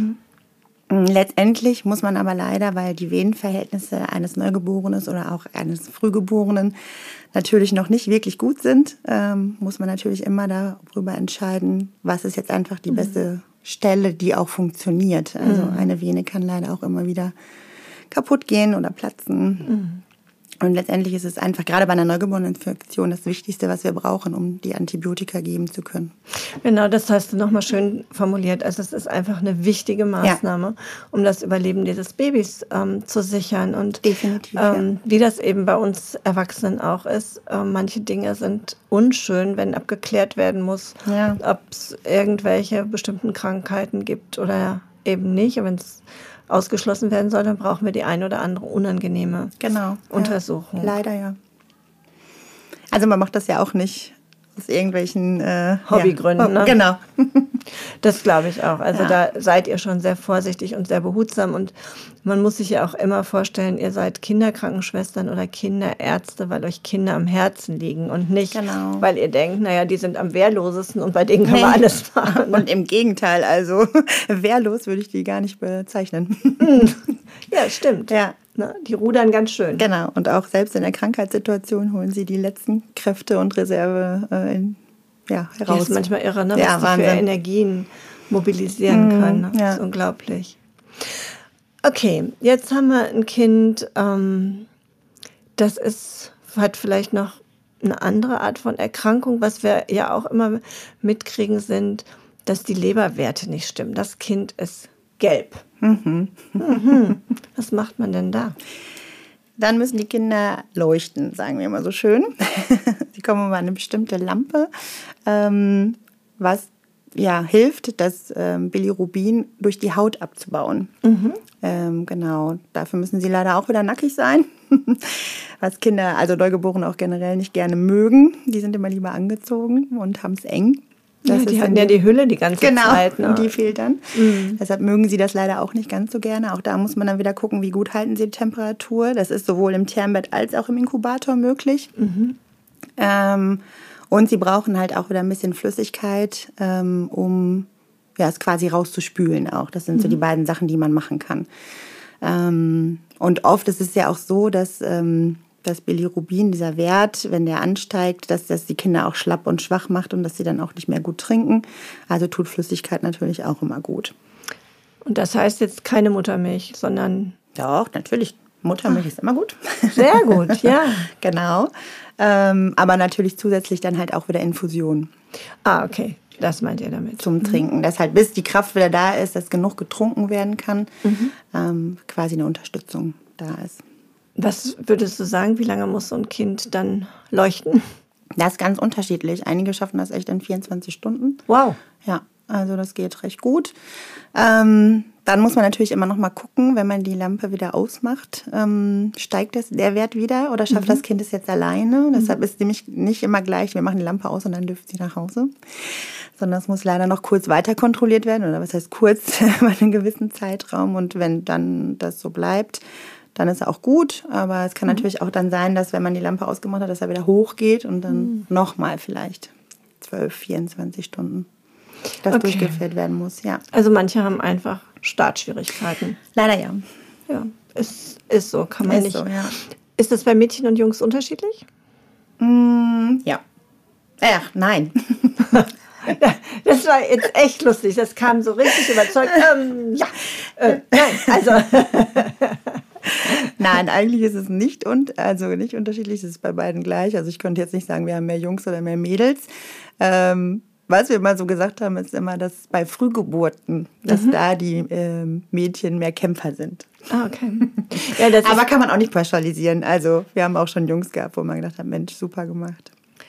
Speaker 3: Letztendlich muss man aber leider, weil die Venenverhältnisse eines Neugeborenen oder auch eines Frühgeborenen natürlich noch nicht wirklich gut sind, muss man natürlich immer darüber entscheiden, was ist jetzt einfach die beste Stelle, die auch funktioniert. Also eine Vene kann leider auch immer wieder kaputt gehen oder platzen. Und letztendlich ist es einfach, gerade bei einer Neugeboreneninfektion, das Wichtigste, was wir brauchen, um die Antibiotika geben zu können.
Speaker 2: Genau, das hast du nochmal schön formuliert. Also es ist einfach eine wichtige Maßnahme, um das Überleben dieses Babys zu sichern. Und
Speaker 3: definitiv,
Speaker 2: wie das eben bei uns Erwachsenen auch ist, manche Dinge sind unschön, wenn abgeklärt werden muss, ob es irgendwelche bestimmten Krankheiten gibt oder eben nicht. Und wenn es ausgeschlossen werden soll, dann brauchen wir die ein oder andere unangenehme Untersuchung.
Speaker 3: Ja, leider ja. Also man macht das ja auch nicht aus irgendwelchen
Speaker 2: Hobbygründen. Ne?
Speaker 3: Genau.
Speaker 2: Das glaube ich auch. Also da seid ihr schon sehr vorsichtig und sehr behutsam. Und man muss sich ja auch immer vorstellen, ihr seid Kinderkrankenschwestern oder Kinderärzte, weil euch Kinder am Herzen liegen und nicht, weil ihr denkt, naja, die sind am wehrlosesten und bei denen kann man alles machen.
Speaker 3: Und im Gegenteil, also wehrlos würde ich die gar nicht bezeichnen.
Speaker 2: Ja, stimmt.
Speaker 3: Ja.
Speaker 2: Na, die rudern ganz schön.
Speaker 3: Genau, und auch selbst in der Krankheitssituation holen sie die letzten Kräfte und Reserve heraus.
Speaker 2: Das ist manchmal irre, ne?
Speaker 3: Ja,
Speaker 2: was die für Energien mobilisieren können. Ne? Das ist unglaublich. Okay, jetzt haben wir ein Kind, das hat vielleicht noch eine andere Art von Erkrankung. Was wir ja auch immer mitkriegen, sind, dass die Leberwerte nicht stimmen. Das Kind ist gelb. Was macht man denn da?
Speaker 3: Dann müssen die Kinder leuchten, sagen wir immer so schön. Sie kommen über eine bestimmte Lampe, was hilft, das Bilirubin durch die Haut abzubauen. Genau, dafür müssen sie leider auch wieder nackig sein, was Kinder, also Neugeborene auch generell nicht gerne mögen. Die sind immer lieber angezogen und haben es eng.
Speaker 2: Die hatten ja die Hülle die ganze Zeit.
Speaker 3: Genau, und die fehlt dann. Deshalb mögen sie das leider auch nicht ganz so gerne. Auch da muss man dann wieder gucken, wie gut halten sie die Temperatur. Das ist sowohl im Thermbett als auch im Inkubator möglich. Und sie brauchen halt auch wieder ein bisschen Flüssigkeit, um es quasi rauszuspülen auch. Das sind so die beiden Sachen, die man machen kann. Und oft ist es ja auch so, dass das Bilirubin, dieser Wert, wenn der ansteigt, dass das die Kinder auch schlapp und schwach macht und dass sie dann auch nicht mehr gut trinken. Also tut Flüssigkeit natürlich auch immer gut.
Speaker 2: Und das heißt jetzt keine Muttermilch, sondern...
Speaker 3: Doch, natürlich. Muttermilch ist immer gut.
Speaker 2: Sehr gut, ja.
Speaker 3: Genau. Aber natürlich zusätzlich dann halt auch wieder Infusion.
Speaker 2: Ah, okay. Das meint ihr damit.
Speaker 3: Zum Trinken. Dass halt bis die Kraft wieder da ist, dass genug getrunken werden kann, quasi eine Unterstützung da ist.
Speaker 2: Was würdest du sagen, wie lange muss so ein Kind dann leuchten?
Speaker 3: Das ist ganz unterschiedlich. Einige schaffen das echt in 24 Stunden.
Speaker 2: Wow.
Speaker 3: Ja, also das geht recht gut. Dann muss man natürlich immer noch mal gucken, wenn man die Lampe wieder ausmacht, steigt der Wert wieder oder schafft das Kind es jetzt alleine? Deshalb ist nämlich nicht immer gleich, wir machen die Lampe aus und dann dürft sie nach Hause. Sondern es muss leider noch kurz weiter kontrolliert werden oder was heißt kurz, über einen gewissen Zeitraum. Und wenn dann das so bleibt, dann ist er auch gut. Aber es kann natürlich auch dann sein, dass wenn man die Lampe ausgemacht hat, dass er wieder hochgeht und dann nochmal vielleicht 12, 24 Stunden das durchgeführt werden muss. Ja.
Speaker 2: Also manche haben einfach Startschwierigkeiten.
Speaker 3: Leider ja.
Speaker 2: Ja, ist so, kann man
Speaker 3: Ist
Speaker 2: nicht.
Speaker 3: so, ja.
Speaker 2: Ist das bei Mädchen und Jungs unterschiedlich?
Speaker 3: Ja. Ach, nein.
Speaker 2: Das war jetzt echt lustig. Das kam so richtig überzeugt. Nein, also.
Speaker 3: Nein, eigentlich ist es nicht nicht unterschiedlich. Es ist bei beiden gleich. Also ich könnte jetzt nicht sagen, wir haben mehr Jungs oder mehr Mädels. Was wir immer so gesagt haben, ist immer, dass bei Frühgeburten, dass da die Mädchen mehr Kämpfer sind.
Speaker 2: Ah, okay. Ja, das
Speaker 3: aber kann man auch nicht pauschalisieren. Also wir haben auch schon Jungs gehabt, wo man gedacht hat, Mensch, super gemacht.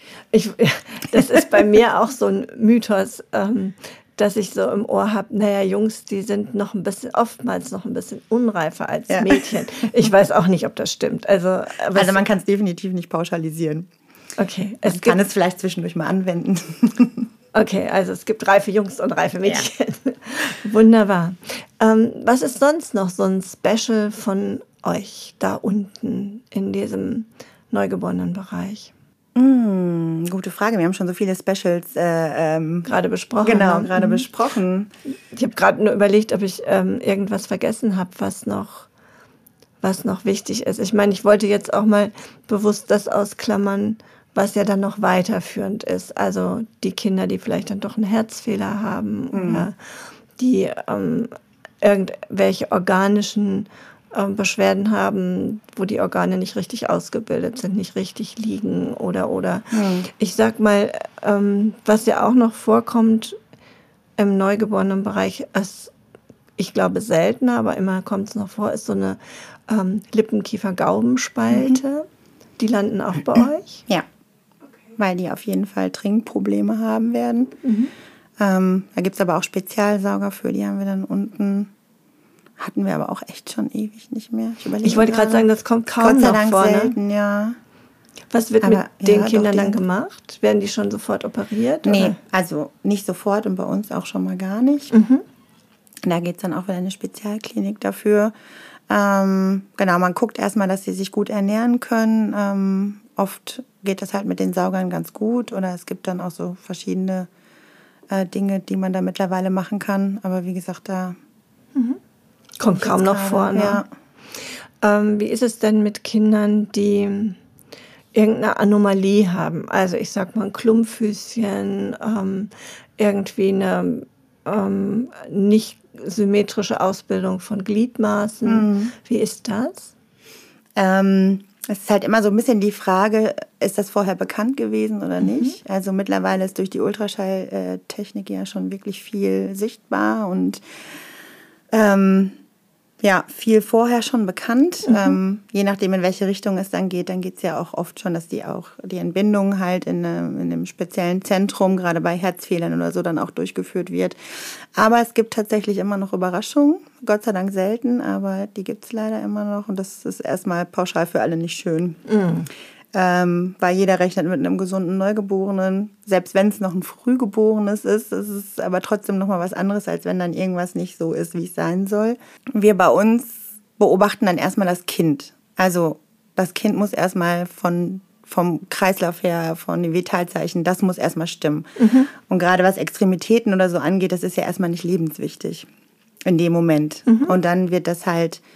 Speaker 2: Das ist bei mir auch so ein Mythos, dass ich so im Ohr habe, naja, Jungs, die sind oftmals noch ein bisschen unreifer als Mädchen. Ich weiß auch nicht, ob das stimmt. Also
Speaker 3: man kann es definitiv nicht pauschalisieren.
Speaker 2: Okay.
Speaker 3: Man kann es vielleicht zwischendurch mal anwenden.
Speaker 2: Okay, also es gibt reife Jungs und reife Mädchen. Ja. Wunderbar. Was ist sonst noch so ein Special von euch da unten in diesem Neugeborenenbereich?
Speaker 3: Gute Frage. Wir haben schon so viele Specials
Speaker 2: gerade besprochen.
Speaker 3: Genau, gerade besprochen.
Speaker 2: Ich habe gerade nur überlegt, ob ich irgendwas vergessen habe, was noch wichtig ist. Ich meine, ich wollte jetzt auch mal bewusst das ausklammern, was ja dann noch weiterführend ist. Also die Kinder, die vielleicht dann doch einen Herzfehler haben oder die irgendwelche organischen Beschwerden haben, wo die Organe nicht richtig ausgebildet sind, nicht richtig liegen oder. Ich sag mal, was ja auch noch vorkommt im Neugeborenenbereich, ist, ich glaube seltener, aber immer kommt es noch vor, ist so eine Lippenkiefer-Gaumenspalte. Die landen auch bei euch?
Speaker 3: Ja, weil die auf jeden Fall Trinkprobleme haben werden. Da gibt es aber auch Spezialsauger für, die haben wir dann unten. Hatten wir aber auch echt schon ewig nicht mehr.
Speaker 2: Ich wollte gerade sagen, das kommt kaum noch vor. Gott sei Dank
Speaker 3: selten, ja.
Speaker 2: Was wird mit den Kindern dann gemacht? Werden die schon sofort operiert?
Speaker 3: Nee,
Speaker 2: oder?
Speaker 3: Also nicht sofort und bei uns auch schon mal gar nicht. Da geht es dann auch wieder in eine Spezialklinik dafür. Genau, man guckt erstmal, dass sie sich gut ernähren können. Oft geht das halt mit den Saugern ganz gut oder es gibt dann auch so verschiedene Dinge, die man da mittlerweile machen kann. Aber wie gesagt, da
Speaker 2: kommt kaum noch vor. Ne? Ja. Wie ist es denn mit Kindern, die irgendeine Anomalie haben? Also ich sag mal ein Klumpfüßchen, irgendwie eine nicht symmetrische Ausbildung von Gliedmaßen. Wie ist das?
Speaker 3: Es ist halt immer so ein bisschen die Frage, ist das vorher bekannt gewesen oder nicht? Also mittlerweile ist durch die Ultraschalltechnik ja schon wirklich viel sichtbar und viel vorher schon bekannt. Je nachdem, in welche Richtung es dann geht es ja auch oft schon, dass die Entbindung halt in einem speziellen Zentrum, gerade bei Herzfehlern oder so, dann auch durchgeführt wird. Aber es gibt tatsächlich immer noch Überraschungen. Gott sei Dank selten, aber die gibt es leider immer noch. Und das ist erstmal pauschal für alle nicht schön. Weil jeder rechnet mit einem gesunden Neugeborenen. Selbst wenn es noch ein Frühgeborenes ist es aber trotzdem noch mal was anderes, als wenn dann irgendwas nicht so ist, wie es sein soll. Wir bei uns beobachten dann erstmal das Kind. Also das Kind muss erstmal vom Kreislauf her, von den Vitalzeichen, das muss erstmal stimmen. Und gerade was Extremitäten oder so angeht, das ist ja erstmal nicht lebenswichtig in dem Moment. Und dann wird das halt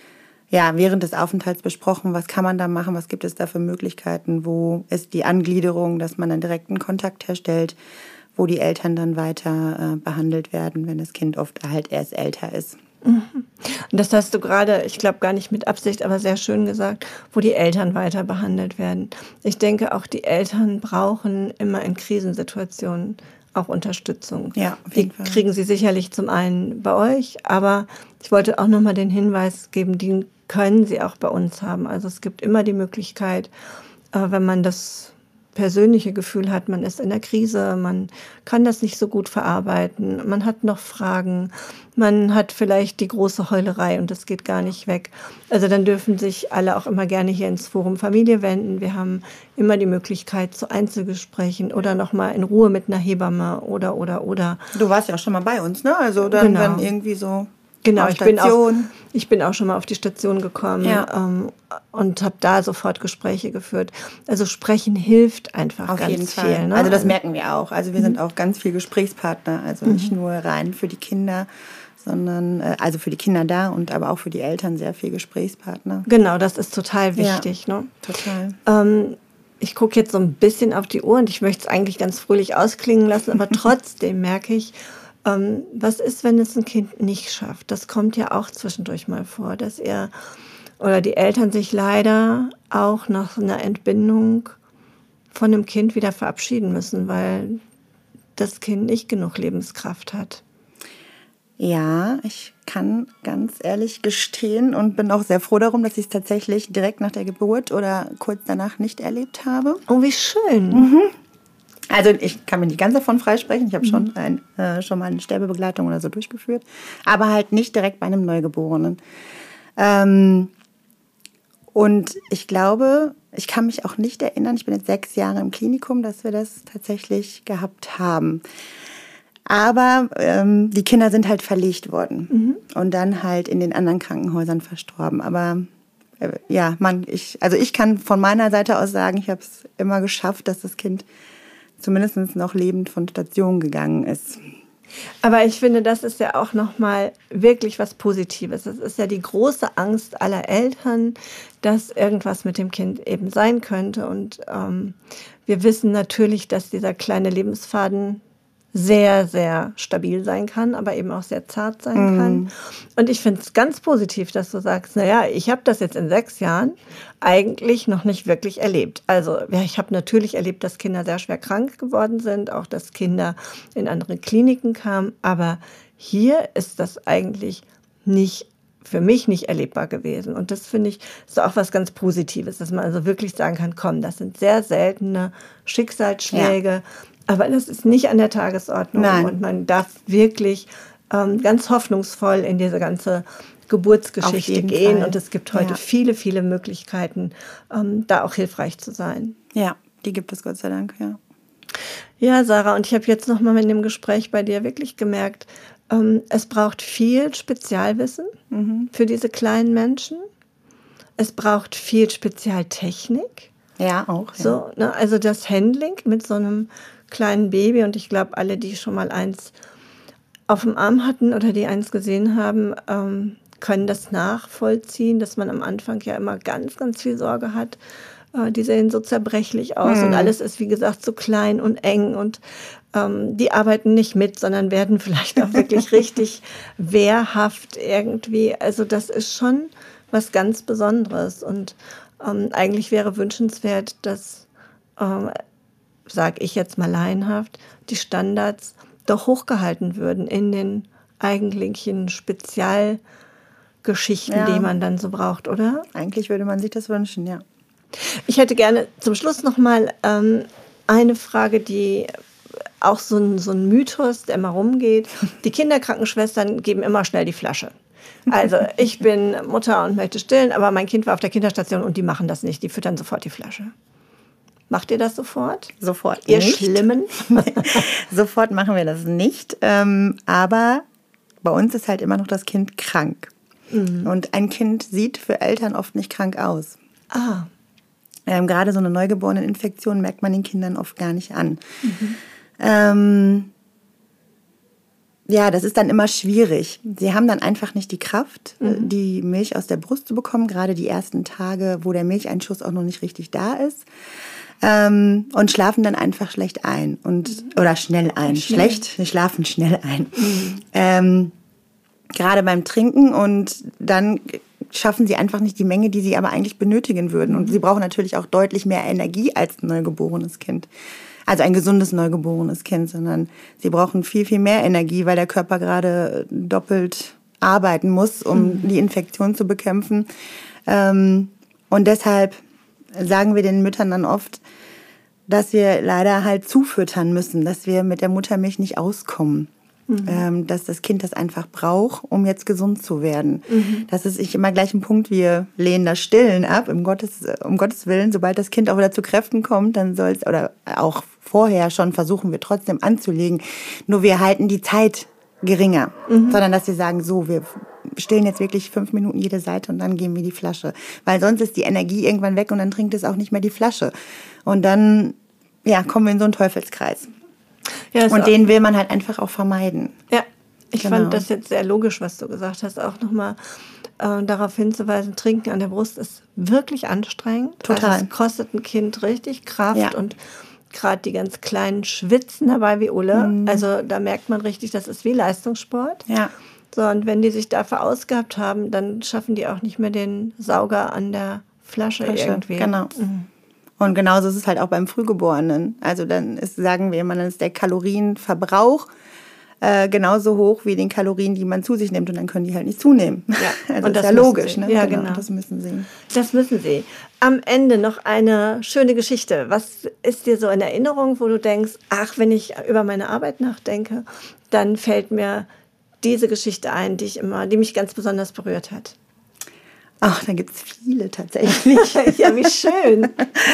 Speaker 3: während des Aufenthalts besprochen, was kann man da machen, was gibt es da für Möglichkeiten, wo ist die Angliederung, dass man dann direkten Kontakt herstellt, wo die Eltern dann weiter behandelt werden, wenn das Kind oft halt erst älter ist.
Speaker 2: Und das hast du gerade, ich glaube gar nicht mit Absicht, aber sehr schön gesagt, wo die Eltern weiter behandelt werden. Ich denke, auch die Eltern brauchen immer in Krisensituationen auch Unterstützung.
Speaker 3: Ja, auf jeden Fall.
Speaker 2: Die kriegen sie sicherlich zum einen bei euch, aber ich wollte auch nochmal den Hinweis geben, die können sie auch bei uns haben. Also es gibt immer die Möglichkeit, wenn man das persönliche Gefühl hat, man ist in der Krise, man kann das nicht so gut verarbeiten, man hat noch Fragen, man hat vielleicht die große Heulerei und das geht gar nicht weg. Also dann dürfen sich alle auch immer gerne hier ins Forum Familie wenden. Wir haben immer die Möglichkeit zu Einzelgesprächen oder nochmal in Ruhe mit einer Hebamme oder.
Speaker 3: Du warst ja auch schon mal bei uns, ne? Also dann irgendwie so auf Station.
Speaker 2: Ich bin auch schon mal auf die Station gekommen und habe da sofort Gespräche geführt. Also sprechen hilft einfach
Speaker 3: auf
Speaker 2: ganz
Speaker 3: jeden
Speaker 2: viel.
Speaker 3: Fall.
Speaker 2: Ne?
Speaker 3: Also das merken wir auch. Also wir sind auch ganz viel Gesprächspartner. Also nicht nur rein für die Kinder, sondern also für die Kinder da und aber auch für die Eltern sehr viel Gesprächspartner.
Speaker 2: Genau, das ist total wichtig.
Speaker 3: Ja,
Speaker 2: ne?
Speaker 3: Total.
Speaker 2: Ich gucke jetzt so ein bisschen auf die Uhr und ich möchte es eigentlich ganz fröhlich ausklingen lassen, aber trotzdem merke ich, was ist, wenn es ein Kind nicht schafft? Das kommt ja auch zwischendurch mal vor, dass er oder die Eltern sich leider auch nach einer Entbindung von dem Kind wieder verabschieden müssen, weil das Kind nicht genug Lebenskraft hat.
Speaker 3: Ja, ich kann ganz ehrlich gestehen und bin auch sehr froh darum, dass ich es tatsächlich direkt nach der Geburt oder kurz danach nicht erlebt habe.
Speaker 2: Oh, wie schön.
Speaker 3: Also ich kann mich nicht ganz davon freisprechen. Ich habe schon mal eine Sterbebegleitung oder so durchgeführt, aber halt nicht direkt bei einem Neugeborenen. Und ich glaube, ich kann mich auch nicht erinnern, ich bin jetzt 6 Jahre im Klinikum, dass wir das tatsächlich gehabt haben. Aber die Kinder sind halt verlegt worden und dann halt in den anderen Krankenhäusern verstorben. Aber ich kann von meiner Seite aus sagen, ich habe es immer geschafft, dass das Kind zumindest noch lebend von Station gegangen ist.
Speaker 2: Aber ich finde, das ist ja auch nochmal wirklich was Positives. Das ist ja die große Angst aller Eltern, dass irgendwas mit dem Kind eben sein könnte. Und wir wissen natürlich, dass dieser kleine Lebensfaden sehr, sehr stabil sein kann, aber eben auch sehr zart sein kann. Und ich finde es ganz positiv, dass du sagst, naja, ich habe das jetzt in 6 Jahren eigentlich noch nicht wirklich erlebt. Also ich habe natürlich erlebt, dass Kinder sehr schwer krank geworden sind, auch dass Kinder in andere Kliniken kamen, aber hier ist das eigentlich für mich nicht erlebbar gewesen. Und das finde ich ist auch was ganz Positives, dass man also wirklich sagen kann, komm, das sind sehr seltene Schicksalsschläge, ja. Aber das ist nicht an der Tagesordnung.
Speaker 3: Nein.
Speaker 2: Und man darf wirklich ganz hoffnungsvoll in diese ganze Geburtsgeschichte gehen. Fall. Und es gibt heute viele, viele Möglichkeiten, da auch hilfreich zu sein.
Speaker 3: Ja, die gibt es Gott sei Dank, ja.
Speaker 2: Ja, Sarah, und ich habe jetzt nochmal mit dem Gespräch bei dir wirklich gemerkt, es braucht viel Spezialwissen für diese kleinen Menschen. Es braucht viel Spezialtechnik.
Speaker 3: Ja, auch. Ja.
Speaker 2: So, ne, also das Handling mit so einem kleinen Baby, und ich glaube, alle, die schon mal eins auf dem Arm hatten oder die eins gesehen haben, können das nachvollziehen, dass man am Anfang ja immer ganz, ganz viel Sorge hat. Die sehen so zerbrechlich aus und alles ist, wie gesagt, so klein und eng und die arbeiten nicht mit, sondern werden vielleicht auch wirklich richtig wehrhaft irgendwie. Also das ist schon was ganz Besonderes und eigentlich wäre wünschenswert, dass sage ich jetzt mal laienhaft, die Standards doch hochgehalten würden in den eigentlichen Spezialgeschichten, die man dann so braucht, oder?
Speaker 3: Eigentlich würde man sich das wünschen, ja.
Speaker 2: Ich hätte gerne zum Schluss noch mal eine Frage, die auch so ein Mythos, der immer rumgeht. Die Kinderkrankenschwestern geben immer schnell die Flasche. Also ich bin Mutter und möchte stillen, aber mein Kind war auf der Kinderstation und die machen das nicht. Die füttern sofort die Flasche. Macht ihr das sofort?
Speaker 3: Sofort
Speaker 2: ihr
Speaker 3: nicht.
Speaker 2: Schlimmen?
Speaker 3: Sofort machen wir das nicht. Aber bei uns ist halt immer noch das Kind krank. Und ein Kind sieht für Eltern oft nicht krank aus.
Speaker 2: Ah.
Speaker 3: Gerade so eine Neugeboreneninfektion merkt man den Kindern oft gar nicht an. ja, das ist dann immer schwierig. Sie haben dann einfach nicht die Kraft, die Milch aus der Brust zu bekommen, gerade die ersten Tage, wo der Milcheinschuss auch noch nicht richtig da ist. Und schlafen dann einfach schlecht ein oder schnell ein. Schlecht, sie schlafen schnell ein. Gerade beim Trinken, und dann schaffen sie einfach nicht die Menge, die sie aber eigentlich benötigen würden. Und sie brauchen natürlich auch deutlich mehr Energie als ein neugeborenes Kind. Also ein gesundes neugeborenes Kind, sondern sie brauchen viel, viel mehr Energie, weil der Körper gerade doppelt arbeiten muss, um die Infektion zu bekämpfen. Und deshalb sagen wir den Müttern dann oft, dass wir leider halt zufüttern müssen, dass wir mit der Muttermilch nicht auskommen. Dass das Kind das einfach braucht, um jetzt gesund zu werden. Das ist ich immer gleich ein Punkt, wir lehnen das Stillen ab, um Gottes Willen. Sobald das Kind auch wieder zu Kräften kommt, dann soll es, oder auch vorher schon, versuchen wir trotzdem anzulegen. Nur wir halten die Zeit geringer, sondern dass wir sagen, so, wir stillen jetzt wirklich 5 Minuten jede Seite und dann geben wir die Flasche. Weil sonst ist die Energie irgendwann weg und dann trinkt es auch nicht mehr die Flasche. Und dann kommen wir in so einen Teufelskreis. Ja, und den will man halt einfach auch vermeiden.
Speaker 2: Ja, ich fand das jetzt sehr logisch, was du gesagt hast. Auch nochmal darauf hinzuweisen, Trinken an der Brust ist wirklich anstrengend.
Speaker 3: Total.
Speaker 2: Also es kostet ein Kind richtig Kraft und gerade die ganz Kleinen schwitzen dabei wie Ulle. Also da merkt man richtig, das ist wie Leistungssport.
Speaker 3: Ja.
Speaker 2: So, und wenn die sich da verausgabt haben, dann schaffen die auch nicht mehr den Sauger an der Flasche irgendwie.
Speaker 3: Genau. Und genauso ist es halt auch beim Frühgeborenen. Also dann sagen wir immer, dann ist der Kalorienverbrauch genauso hoch wie den Kalorien, die man zu sich nimmt. Und dann können die halt nicht zunehmen. Ja. Also und das ist ja logisch. Ne?
Speaker 2: Ja, genau.
Speaker 3: Das müssen sie.
Speaker 2: Das müssen sie. Am Ende noch eine schöne Geschichte. Was ist dir so in Erinnerung, wo du denkst, ach, wenn ich über meine Arbeit nachdenke, dann fällt mir diese Geschichte ein, die mich ganz besonders berührt hat?
Speaker 3: Ach, da gibt's viele tatsächlich.
Speaker 2: Ja, wie schön.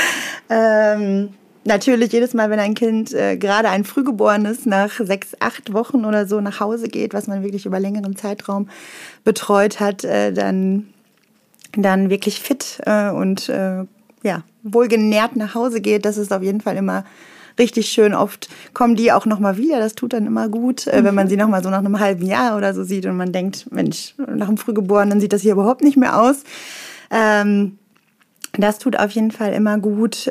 Speaker 3: Natürlich jedes Mal, wenn ein Kind, gerade ein Frühgeborenes, nach 6, 8 Wochen oder so nach Hause geht, was man wirklich über längeren Zeitraum betreut hat, dann wirklich fit und wohlgenährt nach Hause geht, das ist auf jeden Fall immer richtig schön. Oft kommen die auch nochmal wieder, das tut dann immer gut, wenn man sie nochmal so nach einem halben Jahr oder so sieht und man denkt, Mensch, nach dem Frühgeborenen sieht das hier überhaupt nicht mehr aus. Das tut auf jeden Fall immer gut.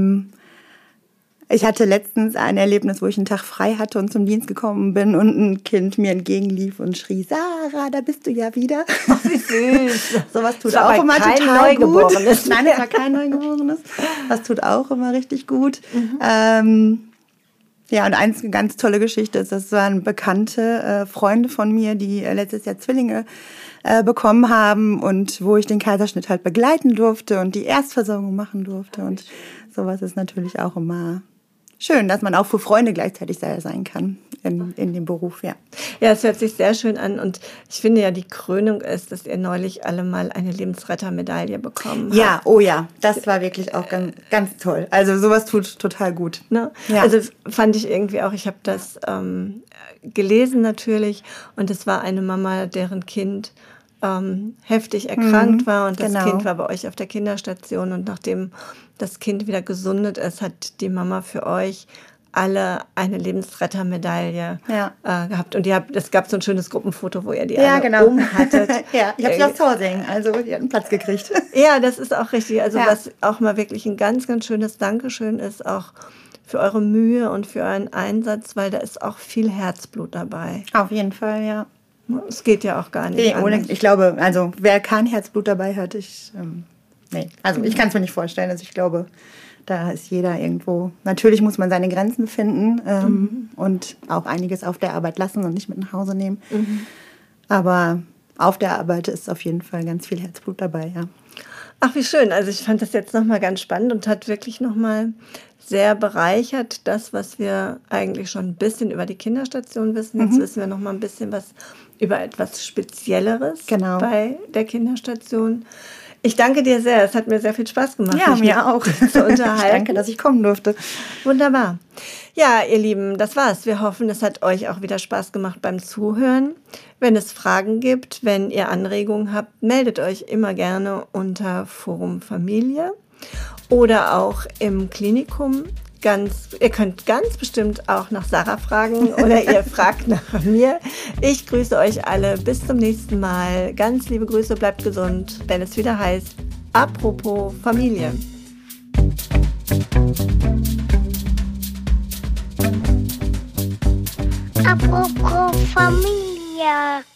Speaker 3: Ich hatte letztens ein Erlebnis, wo ich einen Tag frei hatte und zum Dienst gekommen bin und ein Kind mir entgegenlief und schrie, Sarah, da bist du ja wieder.
Speaker 2: Oh, wie süß.
Speaker 3: Sowas tut auch immer total gut. Nein, das war kein Neugeborenes. Das tut auch immer richtig gut. Und eine ganz tolle Geschichte ist, das waren bekannte Freunde von mir, die letztes Jahr Zwillinge bekommen haben und wo ich den Kaiserschnitt halt begleiten durfte und die Erstversorgung machen durfte. Und sowas ist natürlich auch immer schön, dass man auch für Freunde gleichzeitig sein kann in dem Beruf, ja.
Speaker 2: Ja, es hört sich sehr schön an und ich finde ja, die Krönung ist, dass ihr neulich alle mal eine Lebensrettermedaille bekommen habt.
Speaker 3: Ja, oh ja, das war wirklich auch ganz, ganz toll. Also sowas tut total gut.
Speaker 2: Ne? Ja. Also fand ich irgendwie auch, ich habe das gelesen natürlich und es war eine Mama, deren Kind heftig erkrankt war und das Kind war bei euch auf der Kinderstation und nachdem das Kind wieder gesundet ist, hat die Mama für euch alle eine Lebensrettermedaille gehabt. Und es gab so ein schönes Gruppenfoto, wo ihr die alle umhattet.
Speaker 3: Ja, ich habe sie aufs Zuhause hängen, also die hat einen Platz gekriegt.
Speaker 2: Ja, das ist auch richtig. Also was auch mal wirklich ein ganz, ganz schönes Dankeschön ist, auch für eure Mühe und für euren Einsatz, weil da ist auch viel Herzblut dabei.
Speaker 3: Auf jeden Fall, ja.
Speaker 2: Es geht ja auch gar nicht anders.
Speaker 3: Ich glaube, also wer kein Herzblut dabei hat, ich kann es mir nicht vorstellen. Also ich glaube, da ist jeder irgendwo. Natürlich muss man seine Grenzen finden und auch einiges auf der Arbeit lassen und nicht mit nach Hause nehmen. Aber auf der Arbeit ist auf jeden Fall ganz viel Herzblut dabei, ja.
Speaker 2: Ach, wie schön. Also ich fand das jetzt nochmal ganz spannend und hat wirklich nochmal sehr bereichert, das, was wir eigentlich schon ein bisschen über die Kinderstation wissen. Jetzt wissen wir nochmal ein bisschen was über etwas Spezielleres bei der Kinderstation. Ich danke dir sehr. Es hat mir sehr viel Spaß gemacht,
Speaker 3: mich mir auch
Speaker 2: zu unterhalten.
Speaker 3: Ich danke, dass ich kommen durfte.
Speaker 2: Wunderbar. Ja, ihr Lieben, das war's. Wir hoffen, es hat euch auch wieder Spaß gemacht beim Zuhören. Wenn es Fragen gibt, wenn ihr Anregungen habt, meldet euch immer gerne unter Forum Familie oder auch im Klinikum könnt ganz bestimmt auch nach Sarah fragen oder ihr fragt nach mir. Ich grüße euch alle. Bis zum nächsten Mal. Ganz liebe Grüße, bleibt gesund, wenn es wieder heißt Apropos Familie.
Speaker 1: Apropos Familie.